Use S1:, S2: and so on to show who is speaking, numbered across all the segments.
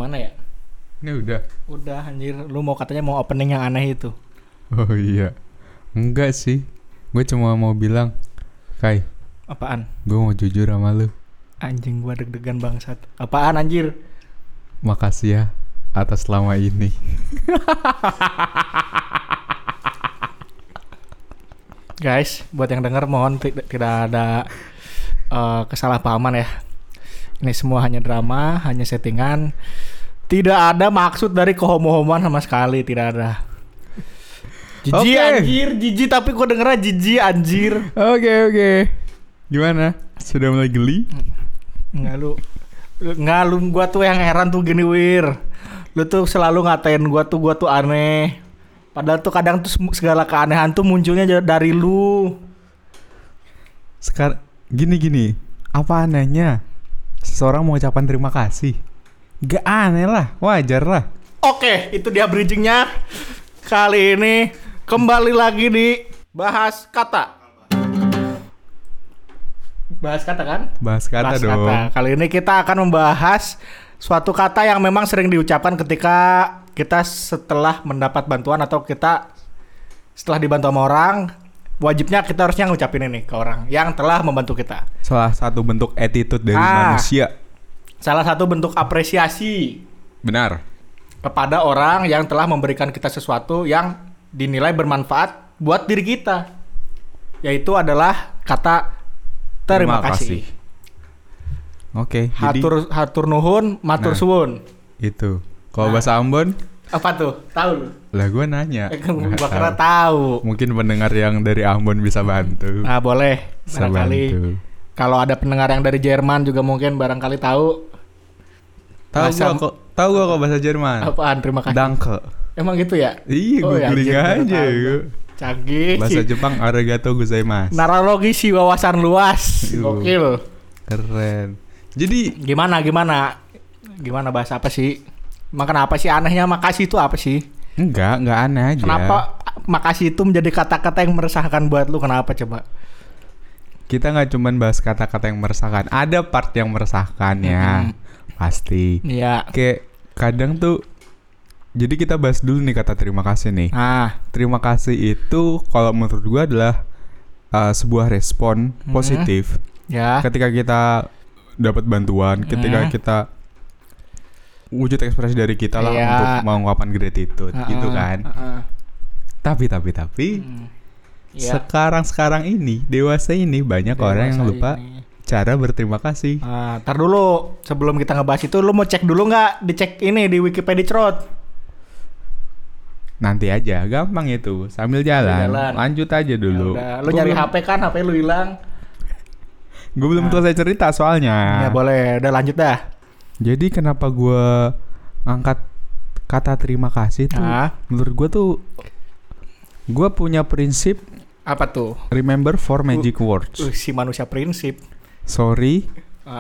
S1: gimana ya?
S2: Ini udah.
S1: Udah anjir, lu katanya mau opening yang aneh itu.
S2: Oh iya. Enggak sih. Gue cuma mau bilang, Kai,
S1: Apaan?
S2: gue mau jujur sama lu.
S1: Anjing gua deg-degan bangsat. Apaan anjir?
S2: Makasih ya atas selama ini.
S1: Guys, buat yang denger mohon tidak ada kesalahpahaman ya. Ini semua hanya drama, hanya settingan. Tidak ada maksud dari kehomo-homoan sama sekali, tidak ada. Jijik anjir, jijik tapi kok dengernya jijik anjir.
S2: Oke. Gimana? Sudah mulai geli?
S1: Enggak lu gua tuh yang heran tuh gini Wir. Lu tuh selalu ngatain gua tuh aneh. Padahal tuh kadang tuh segala keanehan tuh munculnya dari lu.
S2: Sekarang gini. Apa anehnya? Seseorang mengucapkan terima kasih. Gak aneh lah, wajar lah.
S1: Oke, itu dia bridgingnya. Kali ini kembali lagi di Bahas Kata. Bahas kata kan?
S2: Bahas kata dong.
S1: Kata. Kali ini kita akan membahas suatu kata yang memang sering diucapkan ketika kita setelah mendapat bantuan atau kita setelah dibantu sama orang, wajibnya kita harusnya ngucapin ini ke orang yang telah membantu kita.
S2: Salah satu bentuk attitude dari manusia.
S1: Salah satu bentuk apresiasi.
S2: Benar.
S1: Kepada orang yang telah memberikan kita sesuatu yang dinilai bermanfaat buat diri kita. Yaitu adalah kata terima kasih.
S2: Oke,
S1: hatur nuhun, matur suwun.
S2: Itu. Kalau bahasa Ambon?
S1: Apa tuh? Tahu lu?
S2: Lah gue nanya.
S1: Gua kira tahu.
S2: Mungkin pendengar yang dari Ambon bisa bantu.
S1: Nah, boleh. Barangkali. Kalau ada pendengar yang dari Jerman juga mungkin barangkali tahu.
S2: Tahu gua kok bahasa Jerman.
S1: Apaan? Terima kasih.
S2: Danke.
S1: Emang gitu ya?
S2: Iya, googling aja.
S1: Canggih.
S2: Bahasa Jepang arigatou gozaimasu.
S1: Narologi si wawasan luas. Gokil.
S2: Keren. Jadi
S1: gimana bahasa apa sih? Kenapa sih anehnya makasih itu apa sih?
S2: Enggak aneh aja.
S1: Kenapa makasih itu menjadi kata-kata yang meresahkan buat lu? Kenapa coba?
S2: Kita nggak cuman bahas kata-kata yang meresahkan, ada part yang meresahkan ya. Pasti.
S1: Iya.
S2: Kayak kadang tuh. Jadi kita bahas dulu nih kata terima kasih nih. Terima kasih itu kalau menurut gua adalah sebuah respon positif.
S1: Ya.
S2: Ketika kita dapat bantuan, ketika kita wujud ekspresi dari kita lah untuk mengungkapkan gratitude, gitu kan. Tapi sekarang ini dewasa ini banyak orang yang lupa cara berterima kasih.
S1: Ntar dulu sebelum kita ngebahas itu, lu mau cek dulu nggak? Dicek ini di Wikipedia Trot.
S2: Nanti aja, gampang itu. Sambil jalan. Lanjut aja dulu.
S1: Ya lu nyari HP kan, HP lu hilang.
S2: Gue belum selesai cerita soalnya.
S1: Ya boleh, udah lanjut dah.
S2: Jadi kenapa gue angkat kata terima kasih tuh? Menurut gue tuh, gue punya prinsip.
S1: Apa tuh?
S2: Remember four magic words.
S1: Si manusia prinsip.
S2: Sorry.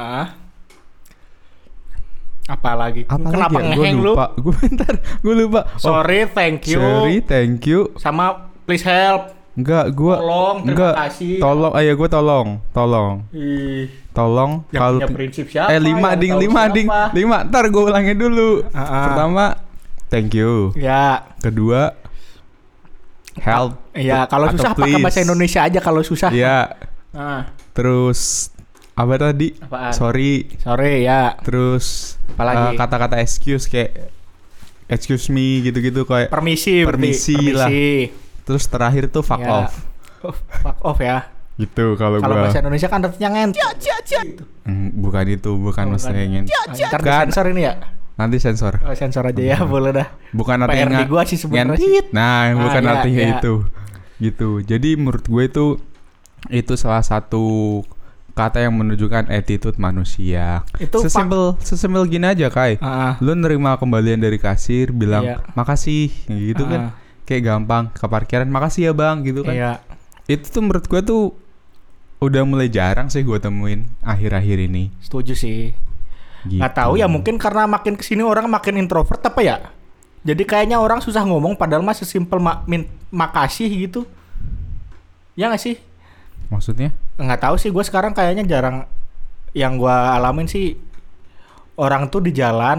S1: Apalagi? Kenapa
S2: ngeheng lu? Gue lupa.
S1: Sorry, thank you. Sama please help.
S2: Enggak,
S1: tolong, terima kasih.
S2: Tolong, gue tolong. Tolong.
S1: Yang punya prinsip siapa?
S2: 5. Ntar gue ulangin dulu. Pertama, thank you.
S1: Ya.
S2: Kedua, help.
S1: Iya, kalau susah pakai bahasa Indonesia aja kalau susah.
S2: Iya. Terus apa tadi?
S1: Apaan?
S2: Sorry
S1: ya.
S2: Terus
S1: apalagi?
S2: Kata-kata excuse kayak excuse me gitu-gitu kayak permisi lah. Terus terakhir tuh fuck off.
S1: Fuck off ya.
S2: Gitu kalau
S1: bahasa Indonesia kan artinya gitu.
S2: Bukan itu, bukan maksudnya ngent.
S1: Ntar sensor ini ya.
S2: Nanti sensor.
S1: Sensor aja ya, boleh dah.
S2: Bukan artinya
S1: gua sih sebenarnya.
S2: Nah, bukan artinya itu. Gitu. Jadi menurut gue itu salah satu kata yang menunjukkan attitude manusia. Itu sesimpel gini aja, Kai. Lu nerima kembalian dari kasir, bilang makasih, gitu kan. Kayak gampang. Ke parkiran, makasih ya bang, gitu kan. Itu tuh menurut gue tuh udah mulai jarang sih gue temuin akhir-akhir ini.
S1: Setuju sih. Gitu. Gak tahu ya, mungkin karena makin kesini orang makin introvert apa ya. Jadi kayaknya orang susah ngomong padahal mah sesimpel makasih gitu. Ya gak sih?
S2: Maksudnya?
S1: Nggak tahu sih, gue sekarang kayaknya jarang. Yang gue alamin sih orang tuh di jalan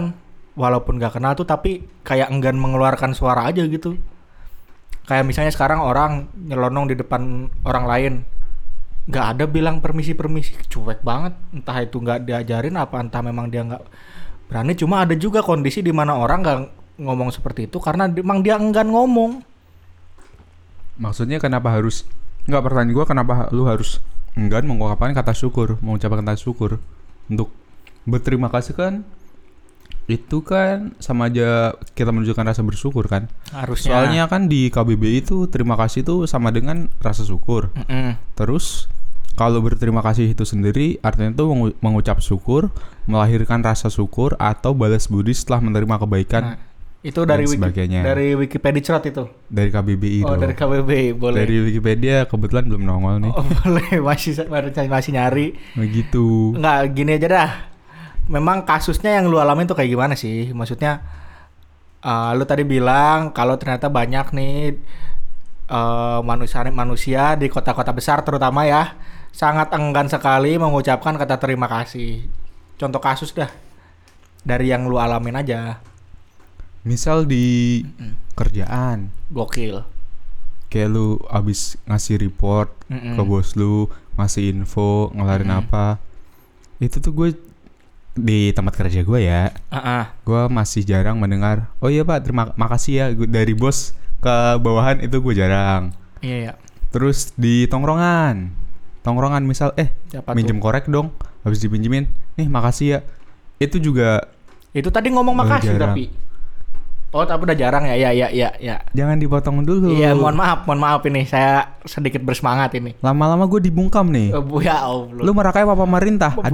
S1: walaupun gak kenal tuh tapi kayak enggan mengeluarkan suara aja gitu. Kayak misalnya sekarang orang nyelonong di depan orang lain, nggak ada bilang permisi, cuek banget. Entah itu nggak diajarin apa entah memang dia nggak berani. Cuma ada juga kondisi di mana orang nggak ngomong seperti itu karena memang dia enggan ngomong.
S2: Maksudnya kenapa harus, nggak, pertanyaan gue kenapa lu harus enggan mengucapkan kata syukur, mengucapkan kata syukur untuk berterima kasih kan? Itu kan sama aja kita menunjukkan rasa bersyukur kan.
S1: Harusnya.
S2: Soalnya kan di KBBI itu terima kasih itu sama dengan rasa syukur. Terus kalau berterima kasih itu sendiri artinya itu mengucap syukur, melahirkan rasa syukur atau balas budi setelah menerima kebaikan.
S1: Nah, itu dari dari Wikipedia Cerot itu.
S2: Dari KBBI.
S1: Oh, dari KBBI boleh.
S2: Dari Wikipedia kebetulan belum nongol nih.
S1: Oh, boleh, masih nyari.
S2: Begitu.
S1: Nggak, gini aja dah. Memang kasusnya yang lu alamin tuh kayak gimana sih? Maksudnya lu tadi bilang kalau ternyata banyak nih manusia di kota-kota besar terutama ya sangat enggan sekali mengucapkan kata terima kasih. Contoh kasus dah dari yang lu alamin aja.
S2: Misal di kerjaan.
S1: Gokil.
S2: Kayak lu abis ngasih report ke bos lu, ngasih info, ngelarin apa. Itu tuh gue di tempat kerja gue ya, gue masih jarang mendengar, oh iya pak terima kasih ya, dari bos ke bawahan itu gue jarang.
S1: Iya.
S2: Terus di tongkrongan misal minjem korek dong, habis dipinjemin, nih makasih ya, itu juga. Itu
S1: tadi ngomong makasih jarang. Tapi udah jarang ya.
S2: Jangan dipotong dulu.
S1: Iya, mohon maaf ini saya sedikit bersemangat ini.
S2: Lama-lama gue dibungkam nih.
S1: Ya Allah.
S2: Lu merakai apa pemerintah? Aduh.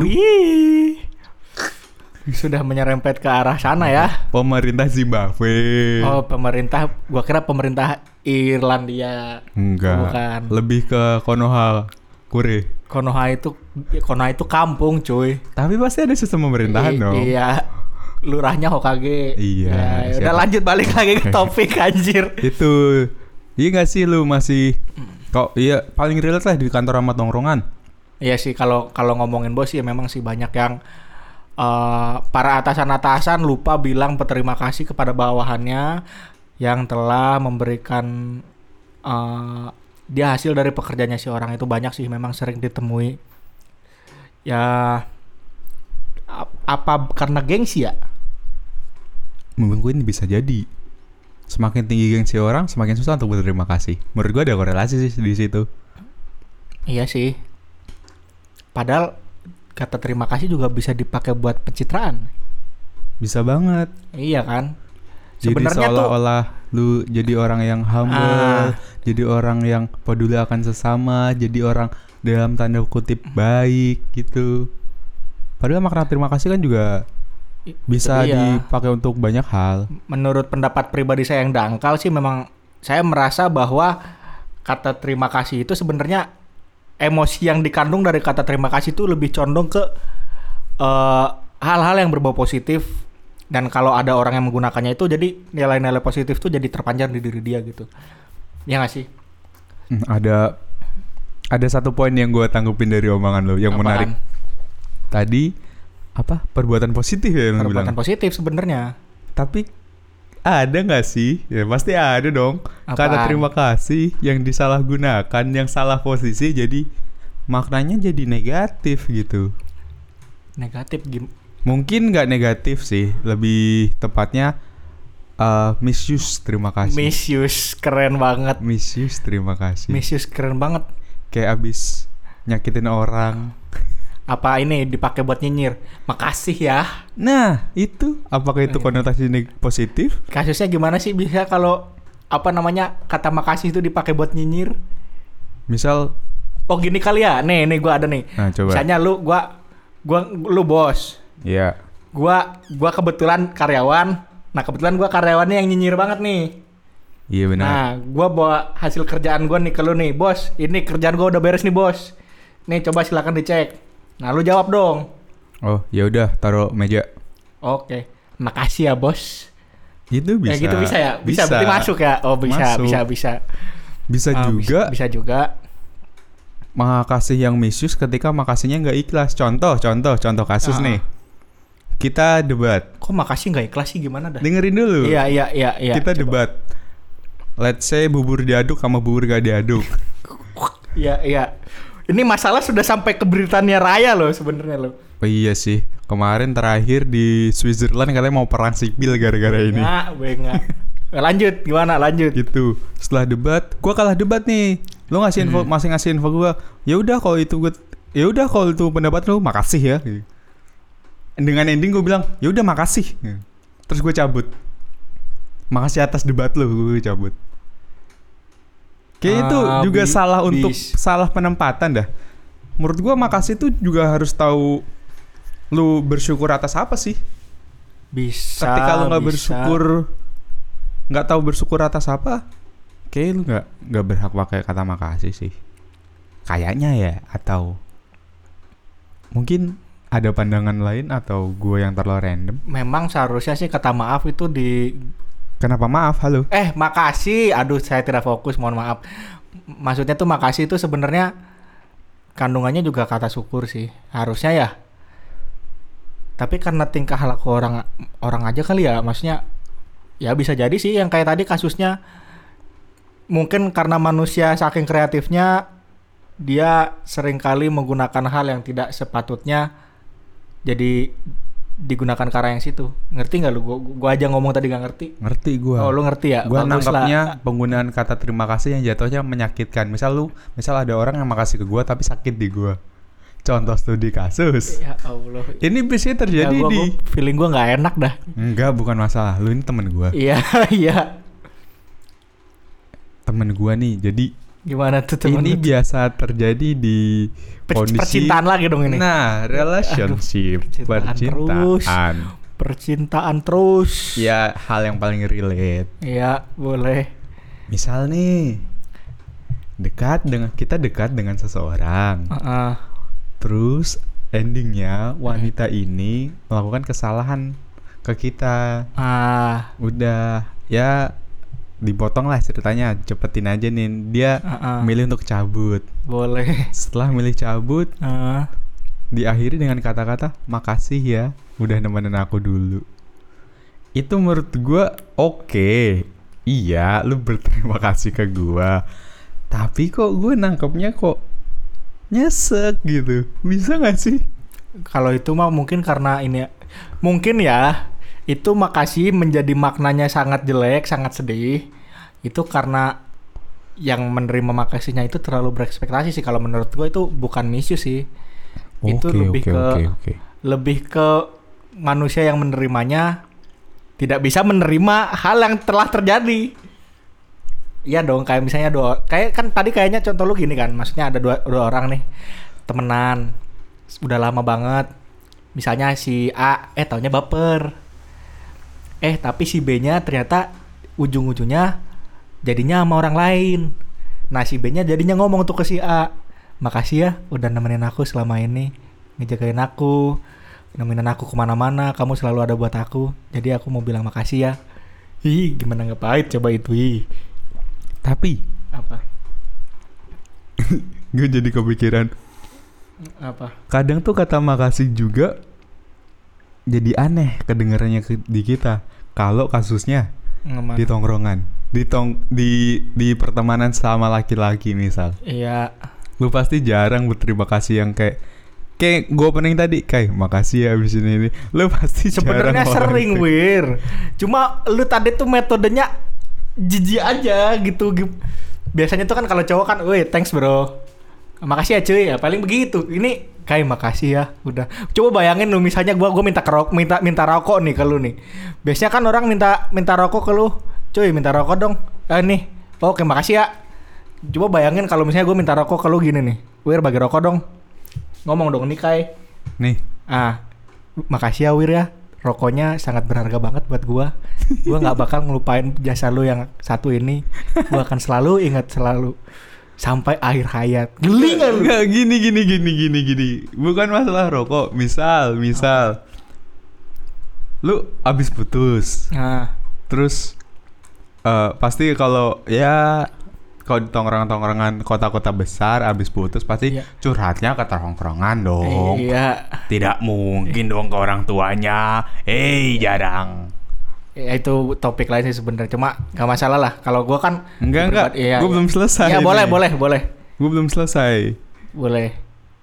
S1: Sudah menyerempet ke arah sana ya.
S2: Pemerintah Zimbabwe.
S1: Oh, pemerintah, gua kira pemerintah Irlandia.
S2: Enggak. Bukan. Lebih ke Konoha, Kure.
S1: Konoha itu kampung, cuy.
S2: Tapi pasti ada sistem pemerintahan dong.
S1: Iya. Lurahnya Hokage.
S2: Iya.
S1: Ya, udah lanjut balik lagi ke topik anjir.
S2: Itu. Iya enggak sih lu masih kok iya paling relate lah di kantor sama tongkrongan.
S1: Iya sih, kalau ngomongin bos ya memang sih banyak yang para atasan lupa bilang berterima kasih kepada bawahannya yang telah memberikan dia hasil dari pekerjaannya si orang itu. Banyak sih memang sering ditemui. Ya apa karena gengsi ya?
S2: Mungkin bisa jadi. Semakin tinggi gengsi orang, semakin susah untuk berterima kasih. Menurut gue ada korelasi sih di situ.
S1: Iya sih. Padahal kata terima kasih juga bisa dipakai buat pencitraan.
S2: Bisa banget.
S1: Iya kan?
S2: Sebenarnya jadi seolah-olah lu jadi orang yang humble, jadi orang yang peduli akan sesama, jadi orang dalam tanda kutip baik gitu. Padahal makna terima kasih kan juga bisa dipakai untuk banyak hal.
S1: Menurut pendapat pribadi saya yang dangkal sih, memang saya merasa bahwa kata terima kasih itu sebenarnya emosi yang dikandung dari kata terima kasih itu lebih condong ke hal-hal yang berbau positif, dan kalau ada orang yang menggunakannya itu jadi nilai-nilai positif tuh jadi terpancar di diri dia gitu. Ya nggak sih?
S2: Ada satu poin yang gue tanggupin dari omongan lo yang menarik. Tadi apa? Perbuatan positif ya yang
S1: perbuatan
S2: bilang.
S1: Positif sebenarnya.
S2: Tapi ada nggak sih? Ya pasti ada dong. Kata terima kasih yang disalahgunakan, yang salah posisi, jadi maknanya jadi negatif gitu.
S1: Negatif
S2: mungkin nggak negatif sih, lebih tepatnya misuse terima kasih.
S1: Misuse keren banget.
S2: Misuse terima kasih.
S1: Misuse keren banget.
S2: Kayak abis nyakitin orang.
S1: Apa ini dipakai buat nyinyir? Makasih ya.
S2: Nah, itu apakah itu konotasi positif?
S1: Kasusnya gimana sih bisa kalau kata makasih itu dipakai buat nyinyir?
S2: Misal
S1: gini kali ya. Nih gua ada nih.
S2: Nah, coba.
S1: Misalnya lu lu bos.
S2: Iya.
S1: Gua kebetulan karyawan. Nah, kebetulan gua karyawannya yang nyinyir banget nih.
S2: Iya benar.
S1: Nah, gua bawa hasil kerjaan gua nih ke lu nih, bos. Ini kerjaan gua udah beres nih, bos. Nih coba silakan dicek. Nah, lu jawab dong.
S2: Oh, ya udah, taruh meja.
S1: Oke. Makasih ya, bos.
S2: Itu bisa.
S1: Gitu bisa ya? Bisa berarti masuk ya? Oh, bisa. Bisa
S2: juga.
S1: Bisa juga.
S2: Makasih yang misuse ketika makasihnya enggak ikhlas. Contoh kasus nih. Kita debat.
S1: Kok makasih nggak ikhlas sih, gimana dah?
S2: Dengerin dulu.
S1: Iya.
S2: Kita coba debat. Let's say bubur diaduk sama bubur gak diaduk.
S1: Iya. Ini masalah sudah sampai ke Britania Raya loh sebenarnya loh.
S2: Oh iya sih. Kemarin terakhir di Switzerland katanya mau perang sipil gara-gara ini.
S1: Enggak. Lanjut, gimana lanjut?
S2: Gitu. Setelah debat, gua kalah debat nih. Lo ngasih info, masih ngasih info gua. Ya udah kalau itu pendapat lo, makasih ya. Dengan ending gue bilang, ya udah makasih. Terus gue cabut. Makasih atas debat lo, gue cabut. Kayak itu juga salah penempatan dah. Menurut gue makasih itu juga harus tahu lu bersyukur atas apa sih.
S1: Bisa.
S2: Ketika lu nggak tahu bersyukur atas apa, kayak lu nggak berhak pakai kata makasih sih. Kayaknya ya, atau mungkin ada pandangan lain atau gue yang terlalu random.
S1: Memang seharusnya sih kata maaf itu di...
S2: Kenapa maaf? Halo.
S1: Makasih. Aduh, saya tidak fokus, mohon maaf. Maksudnya tuh makasih itu sebenarnya kandungannya juga kata syukur sih. Harusnya ya. Tapi karena tingkah laku orang aja kali ya, maksudnya ya bisa jadi sih yang kayak tadi kasusnya, mungkin karena manusia saking kreatifnya dia seringkali menggunakan hal yang tidak sepatutnya jadi digunakan ke arah yang situ. Ngerti nggak lu? Gua aja ngomong tadi nggak ngerti.
S2: Ngerti gua.
S1: Oh, lu ngerti ya?
S2: Gua nangkapnya penggunaan kata terima kasih yang jatuhnya menyakitkan. Misal ada orang yang makasih ke gua tapi sakit di gua. Contoh studi kasus.
S1: Ya Allah.
S2: Ini biasanya terjadi di
S1: feeling gua nggak enak dah.
S2: Enggak, bukan masalah. Lu ini temen gua.
S1: Iya.
S2: Temen gua nih. Jadi
S1: gimana tuh temen?
S2: Ini biasa terjadi di kondisi
S1: percintaan lagi dong ini.
S2: Nah, relationship,
S1: percintaan terus.
S2: Ya, hal yang paling relate.
S1: Iya, boleh.
S2: Misal nih, kita dekat dengan seseorang. Terus endingnya wanita ini melakukan kesalahan ke kita. Udah, ya dipotong lah ceritanya, cepetin aja nih. Dia milih untuk cabut.
S1: Boleh.
S2: Setelah milih cabut, diakhiri dengan kata-kata makasih ya udah nemenin aku dulu. Itu menurut gue oke. Iya, lu berterima kasih ke gue. Tapi kok gue nangkepnya kok nyesek gitu. Bisa gak sih?
S1: Kalau itu mah mungkin karena ini, mungkin ya itu makasih menjadi maknanya sangat jelek, sangat sedih. Itu karena yang menerima makasihnya itu terlalu berekspektasi sih. Kalau menurut gue itu bukan misu sih. Itu lebih ke manusia yang menerimanya tidak bisa menerima hal yang telah terjadi. Iya dong, kayak misalnya kayak kan tadi kayaknya contoh lu gini kan. Maksudnya ada dua orang nih temenan udah lama banget. Misalnya si A taunya baper. Tapi si B-nya ternyata ujung-ujungnya jadinya sama orang lain. Nah, si B-nya jadinya ngomong tuh ke si A, makasih ya udah nemenin aku selama ini, ngejagain aku, nemenin aku kemana-mana, kamu selalu ada buat aku. Jadi aku mau bilang makasih ya. Gimana nggak pahit coba itu.
S2: Tapi
S1: apa?
S2: Gue jadi kepikiran.
S1: Apa? Kadang
S2: tuh kata makasih juga jadi aneh kedengarannya di kita. Kalau kasusnya di tongkrongan, di pertemanan sama laki-laki misal.
S1: Iya.
S2: Lu pasti jarang berterima kasih yang kayak gue opening tadi, kayak makasih ya abis ini. Lu pasti
S1: sebenarnya sering Wir. Cuma lu tadi tuh metodenya jijik aja gitu. Biasanya tuh kan kalau cowok kan, woi thanks bro, makasih ya cuy, ya paling begitu. Ini kayak makasih ya udah. Coba bayangin lu misalnya gue minta rokok nih ke lu nih. Biasanya kan orang minta rokok ke lu, cuy minta rokok dong. Nih, oke makasih ya. Coba bayangin kalau misalnya gue minta rokok ke lu gini nih, Wir bagi rokok dong. Ngomong dong nih Kai.
S2: Nih.
S1: Makasih ya Wir ya. Rokoknya sangat berharga banget buat gue. Gue nggak bakal ngelupain jasa lu yang satu ini. Gue akan selalu ingat sampai akhir hayat. Geli gak lu?
S2: Enggak, gini. Bukan masalah rokok. Misal lu abis putus. Terus pasti kalau ya kalau di tongkrongan kota-kota besar abis putus pasti curhatnya ke tongkrongan dong.
S1: Iya.
S2: Tidak mungkin dong ke orang tuanya. Jarang.
S1: Ya itu topik lain sih sebenarnya. Cuma nggak masalah lah. Kalau gue kan
S2: enggak. Gue belum selesai.
S1: Ya boleh.
S2: Gue belum selesai.
S1: Boleh.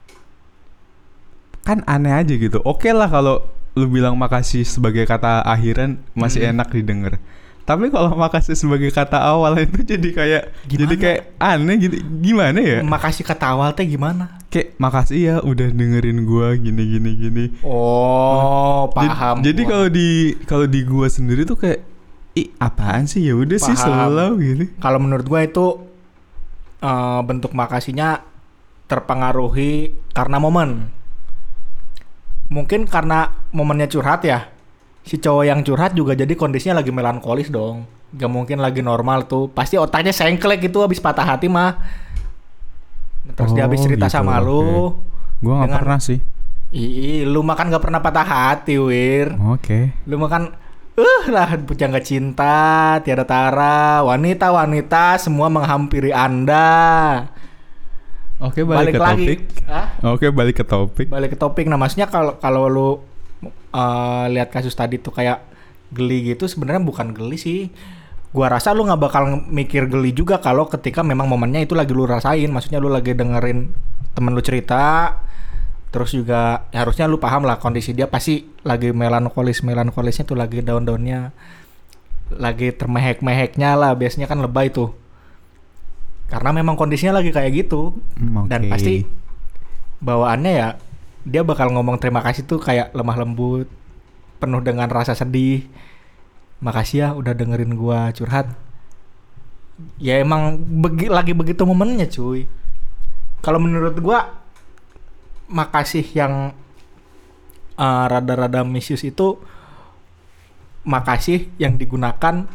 S2: Kan aneh aja gitu. Oke lah kalau lu bilang makasih sebagai kata akhiran masih enak didengar. Tapi kalau makasih sebagai kata awal itu jadi kayak gimana? Jadi kayak aneh gitu. Gimana ya?
S1: Makasih kata awal teh gimana?
S2: Kayak makasih ya udah dengerin gua gini.
S1: Oh, paham.
S2: Jadi kalau di gua sendiri tuh kayak apaan sih? Ya udah sih selalu gitu.
S1: Kalau menurut gua itu bentuk makasihnya terpengaruhi karena momen. Mungkin karena momennya curhat ya. Si cowok yang curhat juga jadi kondisinya lagi melankolis dong. Gak mungkin lagi normal tuh. Pasti otaknya sengklek gitu habis patah hati mah. Terus dia habis cerita gitu, sama lu.
S2: Gua gak pernah sih.
S1: Lu mah kan gak pernah patah hati, Wir.
S2: Oke.
S1: Lu mah kan lah pujangga cinta, tiada tara, wanita-wanita semua menghampiri Anda.
S2: Oke, balik ke topik. Oke, balik ke topik.
S1: Nah, maksudnya kalau lu lihat kasus tadi tuh kayak geli gitu, sebenarnya bukan geli sih. Gua rasa lu nggak bakal mikir geli juga kalau ketika memang momennya itu lagi lu rasain. Maksudnya lu lagi dengerin temen lu cerita, terus juga ya harusnya lu paham lah kondisi dia pasti lagi melankolisnya tuh, lagi down-downnya, lagi termehek-meheknya lah. Biasanya kan lebay tuh, karena memang kondisinya lagi kayak gitu. Dan pasti bawaannya ya dia bakal ngomong terima kasih tuh kayak lemah lembut, penuh dengan rasa sedih. Makasih ya udah dengerin gua curhat. Ya emang lagi begitu momennya cuy. Kalau menurut gua makasih yang rada-rada misuse itu makasih yang digunakan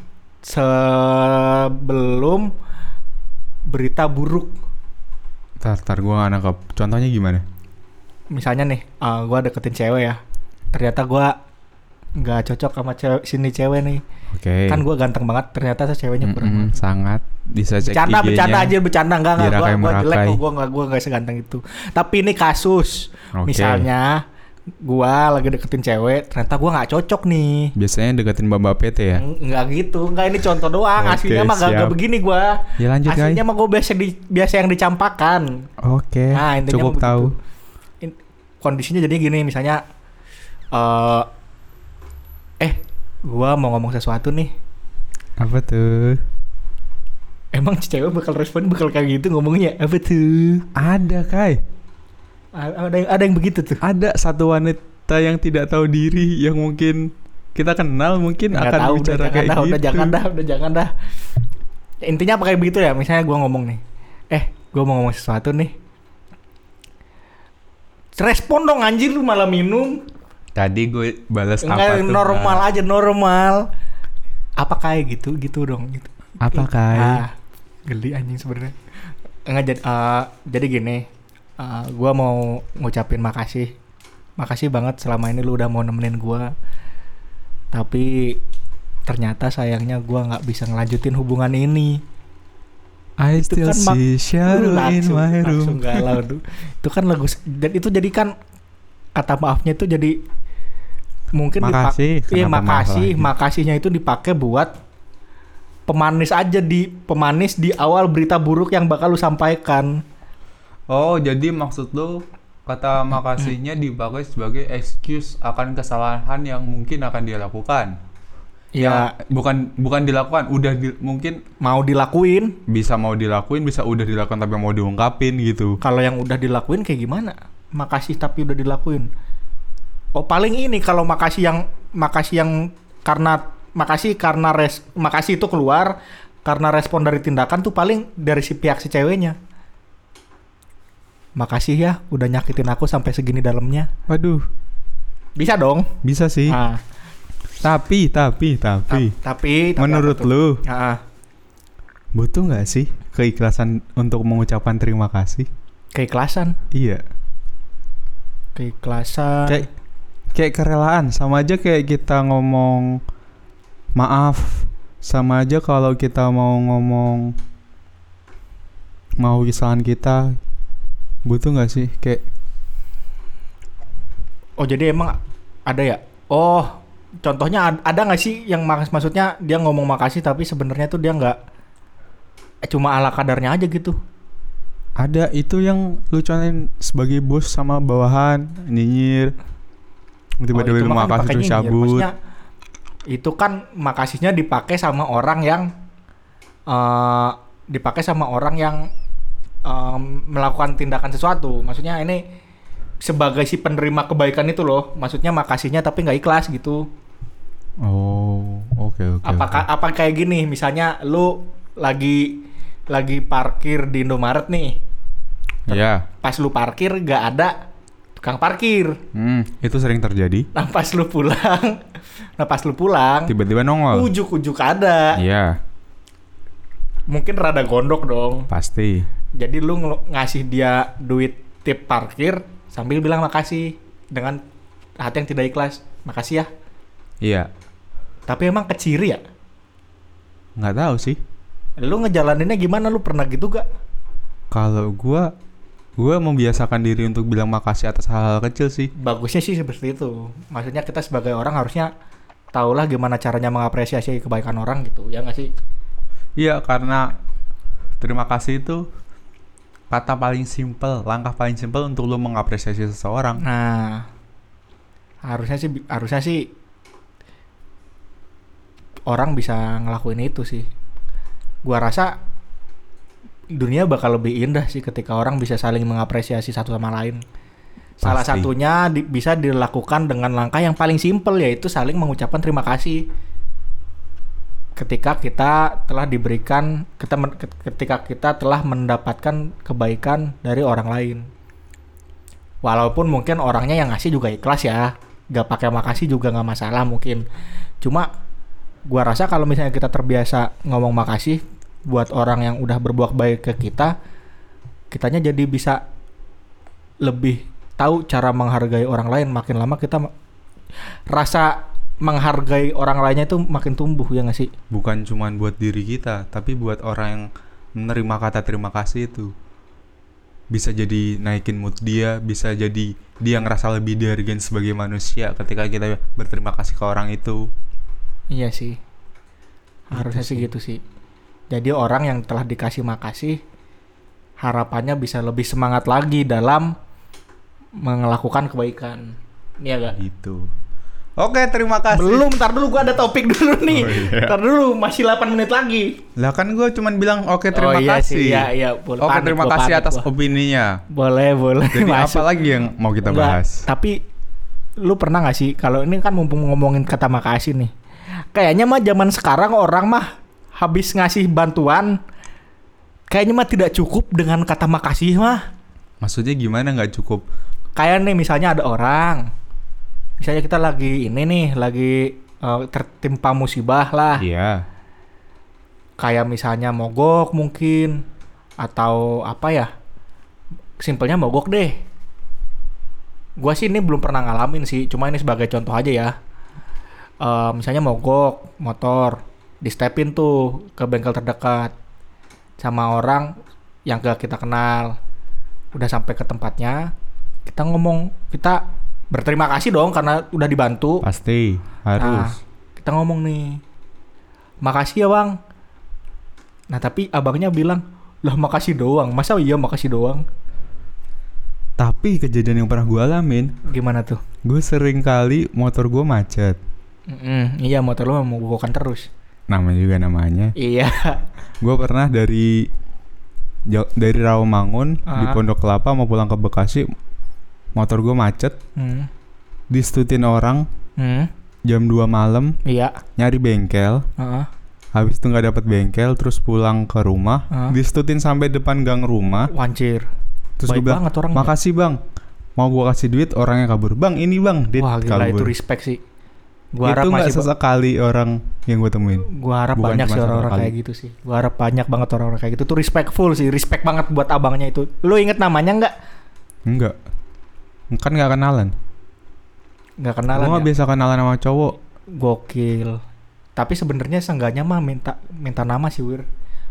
S1: sebelum berita buruk.
S2: Tar gua gak nangkep. Contohnya gimana?
S1: Misalnya nih, gue deketin cewek ya, ternyata gue nggak cocok sama sini cewek nih.
S2: Oke.
S1: Kan gue ganteng banget, ternyata ceweknya kurang.
S2: Sangat bisa cek
S1: bercanda enggak gue jelek kok, gue nggak seganteng itu. Tapi ini kasus, misalnya gue lagi deketin cewek, ternyata gue nggak cocok nih.
S2: Biasanya deketin Mbak PT ya?
S1: Nggak gitu, nggak, ini contoh doang. Aslinya mah gak begini gue.
S2: Ya lanjut,
S1: aslinya mah gue biasa yang dicampakan.
S2: Oke. Nah, cukup tahu.
S1: Kondisinya jadi gini, misalnya gua mau ngomong sesuatu nih.
S2: Apa tuh?
S1: Emang cewek bakal kayak gitu ngomongnya? Apa tuh?
S2: Ada, Kai.
S1: Ada yang begitu tuh.
S2: Ada satu wanita yang tidak tahu diri yang mungkin kita kenal, mungkin nggak akan tahu, bicara kayak gitu.
S1: Udah jangan dah. Intinya apa kayak begitu ya? Misalnya gua ngomong nih. Gua mau ngomong sesuatu nih. Respon dong anjir, lu malah minum.
S2: Tadi gue balas
S1: apa tuh? Normal. Apa kayak gitu dong gitu.
S2: Apa kayak?
S1: Geli anjing sebenarnya. Enggak jadi gini. Gue mau ngucapin makasih. Makasih banget selama ini lu udah mau nemenin gue. Tapi ternyata sayangnya gue nggak bisa ngelanjutin hubungan ini.
S2: I still see shadow in my room.
S1: Langsung galau tuh. Itu kan lagu, dan itu jadi kan kata maafnya itu jadi mungkin makasihnya itu dipakai buat pemanis aja, pemanis di awal berita buruk yang bakal lu sampaikan.
S2: Oh, jadi maksud lu kata makasihnya dipakai sebagai excuse akan kesalahan yang mungkin akan dia lakukan. Ya, bukan dilakukan, mungkin
S1: mau dilakuin.
S2: Bisa mau dilakuin, bisa udah dilakukan tapi mau diungkapin gitu.
S1: Kalau yang udah dilakuin kayak gimana? Makasih tapi udah dilakuin. Oh, paling ini kalau makasih yang karena makasih itu keluar karena respon dari tindakan tuh paling dari si pihak si ceweknya. Makasih ya udah nyakitin aku sampai segini dalamnya.
S2: Waduh.
S1: Bisa dong?
S2: Bisa sih. Tapi menurut lu butuh nggak sih keikhlasan untuk mengucapkan terima kasih?
S1: Keikhlasan?
S2: Iya.
S1: Keikhlasan.
S2: Kayak kerelaan, sama aja kayak kita ngomong maaf, sama aja kalau kita mau ngomong mau kesalahan kita, butuh nggak sih kayak?
S1: Oh jadi emang ada ya? Oh contohnya ada nggak sih yang maksudnya dia ngomong makasih tapi sebenarnya tuh dia nggak, cuma ala kadarnya aja gitu?
S2: Ada, itu yang lu contohin sebagai bos sama bawahan nyinyir, tiba-tiba lu makasih terus cabut.
S1: Maksudnya itu kan makasihnya dipakai sama orang yang melakukan tindakan sesuatu. Maksudnya ini sebagai si penerima kebaikan itu loh. Maksudnya makasihnya tapi nggak ikhlas gitu.
S2: Oh, oke.
S1: Apa kayak gini? Misalnya lu lagi parkir di Indomaret nih.
S2: Iya.
S1: Pas lu parkir nggak ada tukang parkir.
S2: Itu sering terjadi.
S1: Nah pas lu pulang
S2: tiba-tiba nongol.
S1: Ujuk-ujuk ada.
S2: Iya.
S1: Mungkin rada gondok dong.
S2: Pasti.
S1: Jadi lu ngasih dia duit tip parkir sambil bilang makasih dengan hati yang tidak ikhlas. Makasih ya.
S2: Iya.
S1: Tapi emang keciri ya?
S2: Nggak tahu sih.
S1: Lu ngejalaninnya gimana? Lu pernah gitu gak?
S2: Kalau gue membiasakan diri untuk bilang makasih atas hal-hal kecil sih.
S1: Bagusnya sih seperti itu. Maksudnya kita sebagai orang harusnya tahulah gimana caranya mengapresiasi kebaikan orang gitu. Ya nggak sih?
S2: Iya, karena terima kasih itu kata paling simpel, langkah paling simpel untuk lo mengapresiasi seseorang.
S1: Nah, harusnya sih orang bisa ngelakuin itu sih. Gua rasa dunia bakal lebih indah sih ketika orang bisa saling mengapresiasi satu sama lain.
S2: Pasti.
S1: Salah satunya bisa dilakukan dengan langkah yang paling simpel, yaitu saling mengucapkan terima kasih. Ketika kita telah mendapatkan kebaikan dari orang lain. Walaupun mungkin orangnya yang ngasih juga ikhlas ya, gak pakai makasih juga gak masalah mungkin. Cuma gua rasa kalau misalnya kita terbiasa ngomong makasih buat orang yang udah berbuat baik ke kita, kitanya jadi bisa lebih tahu cara menghargai orang lain. Makin lama kita rasa menghargai orang lainnya itu makin tumbuh, ya nggak sih?
S2: Bukan cuma buat diri kita, tapi buat orang yang menerima kata terima kasih itu. Bisa jadi naikin mood dia, bisa jadi dia ngerasa lebih dihargai sebagai manusia ketika kita berterima kasih ke orang itu.
S1: Iya sih, harusnya sih gitu sih. Jadi orang yang telah dikasih makasih, harapannya bisa lebih semangat lagi dalam melakukan kebaikan. Iya gak?
S2: Gitu. Oke, terima kasih.
S1: Belum, ntar dulu gue ada topik dulu nih. Ntar dulu, masih 8 menit lagi.
S2: Lah kan gue cuman bilang oke terima kasih.
S1: Iya, boleh.
S2: Oke, terima kasih atas opininya.
S1: Boleh.
S2: Jadi apa lagi yang mau kita bahas?
S1: Tapi lu pernah gak sih, kalau ini kan mumpung ngomongin kata makasih nih, kayaknya mah zaman sekarang orang mah habis ngasih bantuan, kayaknya mah tidak cukup dengan kata makasih mah.
S2: Maksudnya gimana nggak cukup?
S1: Kayak nih misalnya ada orang, misalnya kita lagi tertimpa musibah lah.
S2: Iya.
S1: Kayak misalnya mogok mungkin, atau apa ya, simpelnya mogok deh. Gua sih ini belum pernah ngalamin sih, cuma ini sebagai contoh aja ya. Misalnya mogok motor, di stepin tuh ke bengkel terdekat sama orang yang gak kita kenal. Udah sampai ke tempatnya, kita berterima kasih dong karena udah dibantu.
S2: Pasti harus.
S1: Nah, kita ngomong nih, makasih ya bang. Nah tapi abangnya bilang, lah makasih doang, masa iya makasih doang?
S2: Tapi kejadian yang pernah gue alamin,
S1: gimana tuh?
S2: Gue sering kali motor gue macet.
S1: Iya, motor lu memogokan terus.
S2: Namanya.
S1: Iya.
S2: Gue pernah dari Rawamangun di Pondok Kelapa mau pulang ke Bekasi, motor gue macet. Disetutin orang. Jam 2 malam.
S1: Iya.
S2: Nyari bengkel. Habis itu nggak dapet bengkel, terus pulang ke rumah. Disetutin sampai depan gang rumah.
S1: Wanjir.
S2: Terus gue bilang, makasih bang. Mau gue kasih duit, orangnya kabur. Bang, ini bang.
S1: Wah gila, itu respect sih.
S2: Gua harap itu nggak sesekali orang yang gue temuin.
S1: Gua harap banyak sih orang-orang kayak gitu sih. Gua harap banyak banget orang-orang kayak gitu. Tuh respectful sih, respect banget buat abangnya itu. Lu inget namanya nggak?
S2: Enggak. Kan nggak kenalan.
S1: Nggak kenalan.
S2: Gua nggak biasa kenalan sama cowok.
S1: Gokil. Tapi sebenarnya seenggaknya mah minta nama sih, Wir.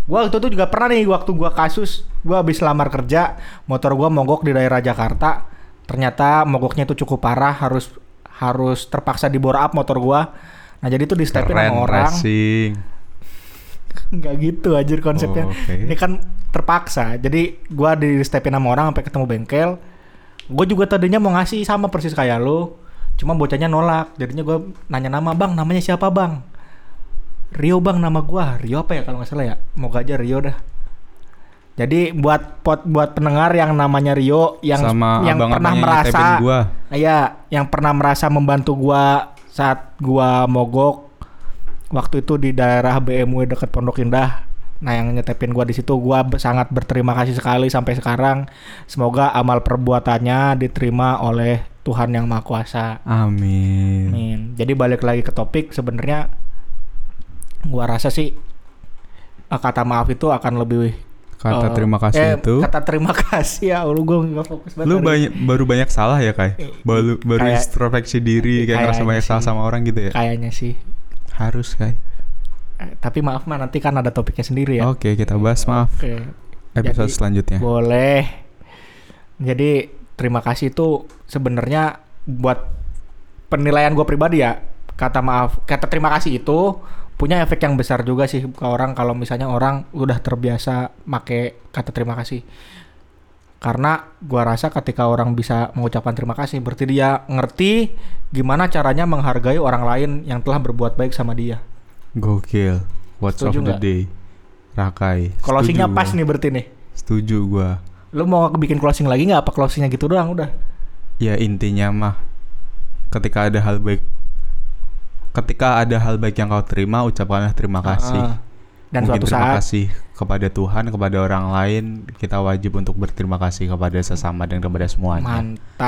S1: Gua waktu itu juga pernah nih, waktu gua kasus, gua habis lamar kerja, motor gua mogok di daerah Jakarta. Ternyata mogoknya itu cukup parah, harus terpaksa di bore up motor gua. Nah, jadi itu di stepin sama orang. Enggak gitu anjir konsepnya. Ini kan terpaksa. Jadi gua di stepin sama orang sampai ketemu bengkel. Gua juga tadinya mau ngasih sama persis kayak lu. Cuma bocahnya nolak. Jadinya gua nanya nama, "Bang, namanya siapa, Bang?" "Rio, Bang, nama gua." "Rio apa ya kalau nggak salah ya?" Moga aja Rio dah. Jadi buat pendengar yang namanya Rio yang pernah merasa yang pernah merasa membantu gua saat gua mogok waktu itu di daerah BMW dekat Pondok Indah. Nah, yang nyetepin gua di situ, gua sangat berterima kasih sekali sampai sekarang. Semoga amal perbuatannya diterima oleh Tuhan Yang Maha Kuasa.
S2: Amin.
S1: Amin. Jadi balik lagi ke topik, sebenarnya gua rasa sih kata maaf itu akan lebih
S2: terima kasih itu.
S1: Kata terima kasih ya, lu gue nggak fokus banget.
S2: Lu baru banyak salah ya, Kai? Baru introspeksi diri, kayak ngerasa banyak salah sama orang gitu ya?
S1: Kayaknya sih.
S2: Harus, Kai.
S1: Tapi maaf mah, nanti kan ada topiknya sendiri ya.
S2: Oke, kita bahas maaf. Episode selanjutnya.
S1: Boleh. Jadi terima kasih itu sebenarnya buat penilaian gue pribadi ya. Kata terima kasih itu punya efek yang besar juga sih ke orang kalau misalnya orang udah terbiasa make kata terima kasih. Karena gua rasa ketika orang bisa mengucapkan terima kasih, berarti dia ngerti gimana caranya menghargai orang lain yang telah berbuat baik sama dia.
S2: Gokil. What's of the day, Rakai.
S1: Closingnya pas nih berarti nih.
S2: Setuju gua.
S1: Lu mau bikin closing lagi nggak? Apa closingnya gitu doang udah?
S2: Ya intinya mah ketika ada hal baik yang kau terima, ucapkanlah terima kasih.
S1: Dan
S2: mungkin
S1: suatu
S2: terima
S1: saat
S2: kasih kepada Tuhan, kepada orang lain. Kita wajib untuk berterima kasih kepada sesama dan kepada semuanya.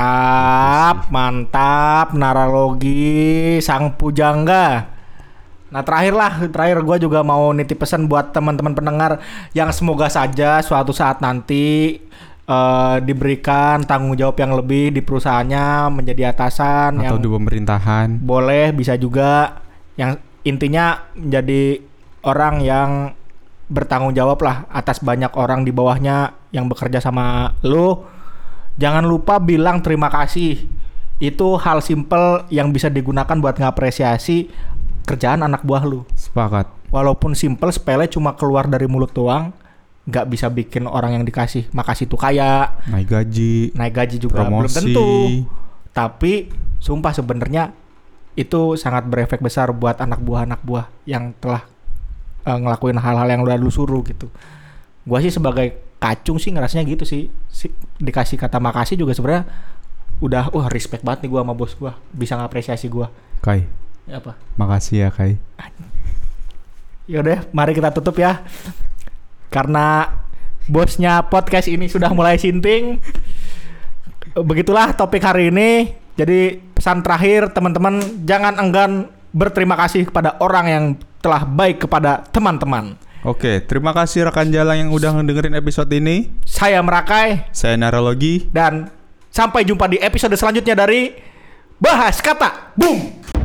S1: Mantap naralogi sang pujangga. Nah terakhir gue juga mau nitip pesan buat teman-teman pendengar yang semoga saja suatu saat nanti diberikan tanggung jawab yang lebih di perusahaannya, menjadi atasan
S2: atau di pemerintahan. Boleh,
S1: bisa juga. Yang intinya menjadi orang yang bertanggung jawab lah atas banyak orang di bawahnya yang bekerja sama lu. Jangan lupa bilang terima kasih. Itu hal simple yang bisa digunakan buat ngapresiasi kerjaan anak buah lu.
S2: Sepakat.
S1: Walaupun simple, sepele, cuma keluar dari mulut doang, nggak bisa bikin orang yang dikasih makasih tuh kaya, naik gaji juga promosi. Belum tentu. Tapi sumpah sebenarnya itu sangat berefek besar buat anak buah yang telah ngelakuin hal-hal yang udah lu suruh gitu. Gua sih sebagai kacung sih ngerasanya gitu sih. Dikasih kata makasih juga sebenarnya udah respect banget nih gua sama bos gua, bisa ngapresiasi gua.
S2: Kai.
S1: Apa?
S2: Makasih ya, Kai.
S1: Yaudah, mari kita tutup ya. Karena bosnya podcast ini sudah mulai sinting. Begitulah topik hari ini. Jadi pesan terakhir teman-teman, jangan enggan berterima kasih kepada orang yang telah baik kepada teman-teman.
S2: Oke, terima kasih rekan Jalang yang udah ngedengerin episode ini.
S1: Saya Merakai.
S2: Saya Naralogi.
S1: Dan sampai jumpa di episode selanjutnya dari Bahas Kata. Boom!